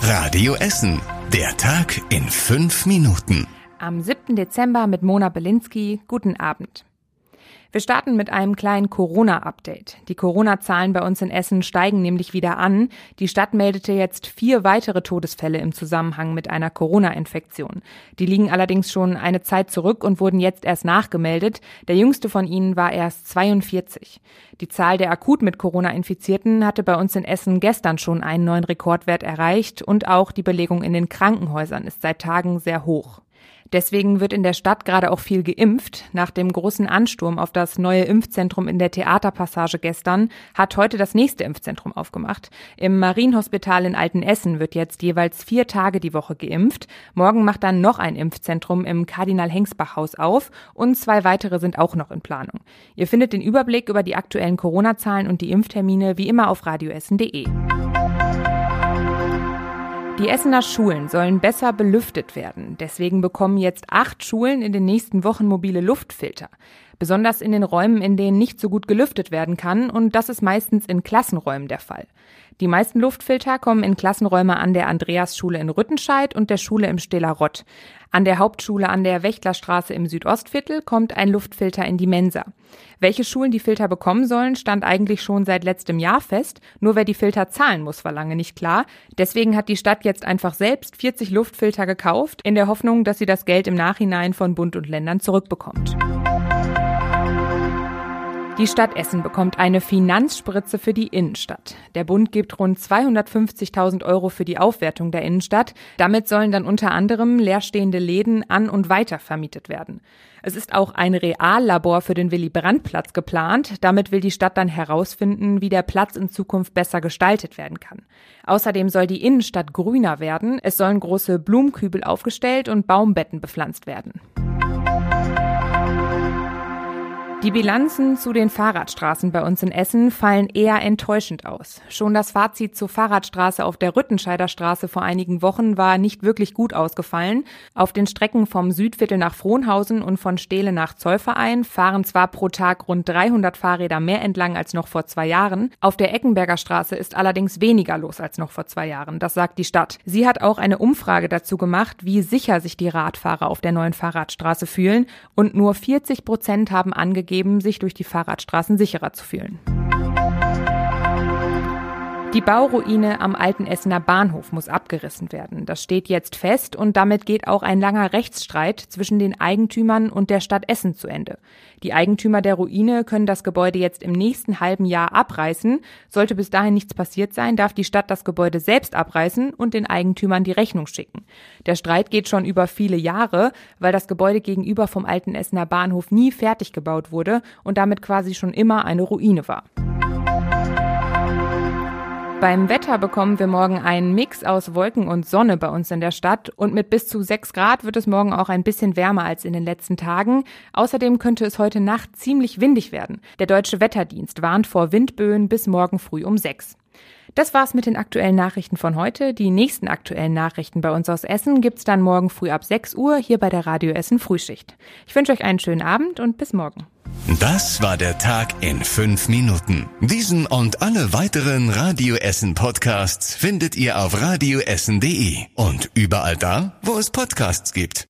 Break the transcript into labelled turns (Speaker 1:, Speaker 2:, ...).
Speaker 1: Radio Essen. Der Tag in 5 Minuten.
Speaker 2: Am 7. Dezember mit Mona Belinsky. Guten Abend. Wir starten mit einem kleinen Corona-Update. Die Corona-Zahlen bei uns in Essen steigen nämlich wieder an. Die Stadt meldete jetzt 4 weitere Todesfälle im Zusammenhang mit einer Corona-Infektion. Die liegen allerdings schon eine Zeit zurück und wurden jetzt erst nachgemeldet. Der jüngste von ihnen war erst 42. Die Zahl der akut mit Corona-Infizierten hatte bei uns in Essen gestern schon einen neuen Rekordwert erreicht und auch die Belegung in den Krankenhäusern ist seit Tagen sehr hoch. Deswegen wird in der Stadt gerade auch viel geimpft. Nach dem großen Ansturm auf das neue Impfzentrum in der Theaterpassage gestern hat heute das nächste Impfzentrum aufgemacht. Im Marienhospital in Altenessen wird jetzt jeweils 4 Tage die Woche geimpft. Morgen macht dann noch ein Impfzentrum im Kardinal-Hengsbach-Haus auf und 2 weitere sind auch noch in Planung. Ihr findet den Überblick über die aktuellen Corona-Zahlen und die Impftermine wie immer auf radioessen.de. Die Essener Schulen sollen besser belüftet werden. Deswegen bekommen jetzt 8 Schulen in den nächsten Wochen mobile Luftfilter. Besonders in den Räumen, in denen nicht so gut gelüftet werden kann. Und das ist meistens in Klassenräumen der Fall. Die meisten Luftfilter kommen in Klassenräume an der Andreasschule in Rüttenscheid und der Schule im Stähler-Rott. An der Hauptschule an der Wächtlerstraße im Südostviertel kommt ein Luftfilter in die Mensa. Welche Schulen die Filter bekommen sollen, stand eigentlich schon seit letztem Jahr fest. Nur wer die Filter zahlen muss, war lange nicht klar. Deswegen hat die Stadt jetzt einfach selbst 40 Luftfilter gekauft, in der Hoffnung, dass sie das Geld im Nachhinein von Bund und Ländern zurückbekommt. Die Stadt Essen bekommt eine Finanzspritze für die Innenstadt. Der Bund gibt rund 250.000 € für die Aufwertung der Innenstadt. Damit sollen dann unter anderem leerstehende Läden an- und weiter vermietet werden. Es ist auch ein Reallabor für den Willy-Brandt-Platz geplant. Damit will die Stadt dann herausfinden, wie der Platz in Zukunft besser gestaltet werden kann. Außerdem soll die Innenstadt grüner werden. Es sollen große Blumenkübel aufgestellt und Baumbetten bepflanzt werden. Die Bilanzen zu den Fahrradstraßen bei uns in Essen fallen eher enttäuschend aus. Schon das Fazit zur Fahrradstraße auf der Rüttenscheider Straße vor einigen Wochen war nicht wirklich gut ausgefallen. Auf den Strecken vom Südviertel nach Frohnhausen und von Stehle nach Zollverein fahren zwar pro Tag rund 300 Fahrräder mehr entlang als noch vor 2 Jahren. Auf der Eckenberger Straße ist allerdings weniger los als noch vor 2 Jahren. Das sagt die Stadt. Sie hat auch eine Umfrage dazu gemacht, wie sicher sich die Radfahrer auf der neuen Fahrradstraße fühlen. Und nur 40% haben angegeben, sich durch die Fahrradstraßen sicherer zu fühlen. Die Bauruine am alten Essener Bahnhof muss abgerissen werden. Das steht jetzt fest und damit geht auch ein langer Rechtsstreit zwischen den Eigentümern und der Stadt Essen zu Ende. Die Eigentümer der Ruine können das Gebäude jetzt im nächsten halben Jahr abreißen. Sollte bis dahin nichts passiert sein, darf die Stadt das Gebäude selbst abreißen und den Eigentümern die Rechnung schicken. Der Streit geht schon über viele Jahre, weil das Gebäude gegenüber vom alten Essener Bahnhof nie fertig gebaut wurde und damit quasi schon immer eine Ruine war. Beim Wetter bekommen wir morgen einen Mix aus Wolken und Sonne bei uns in der Stadt und mit bis zu 6 Grad wird es morgen auch ein bisschen wärmer als in den letzten Tagen. Außerdem könnte es heute Nacht ziemlich windig werden. Der Deutsche Wetterdienst warnt vor Windböen bis morgen früh um 6. Das war's mit den aktuellen Nachrichten von heute. Die nächsten aktuellen Nachrichten bei uns aus Essen gibt's dann morgen früh ab 6 Uhr hier bei der Radio Essen Frühschicht. Ich wünsche euch einen schönen Abend und bis morgen.
Speaker 1: Das war der Tag in 5 Minuten. Diesen und alle weiteren Radio Essen Podcasts findet ihr auf radioessen.de und überall da, wo es Podcasts gibt.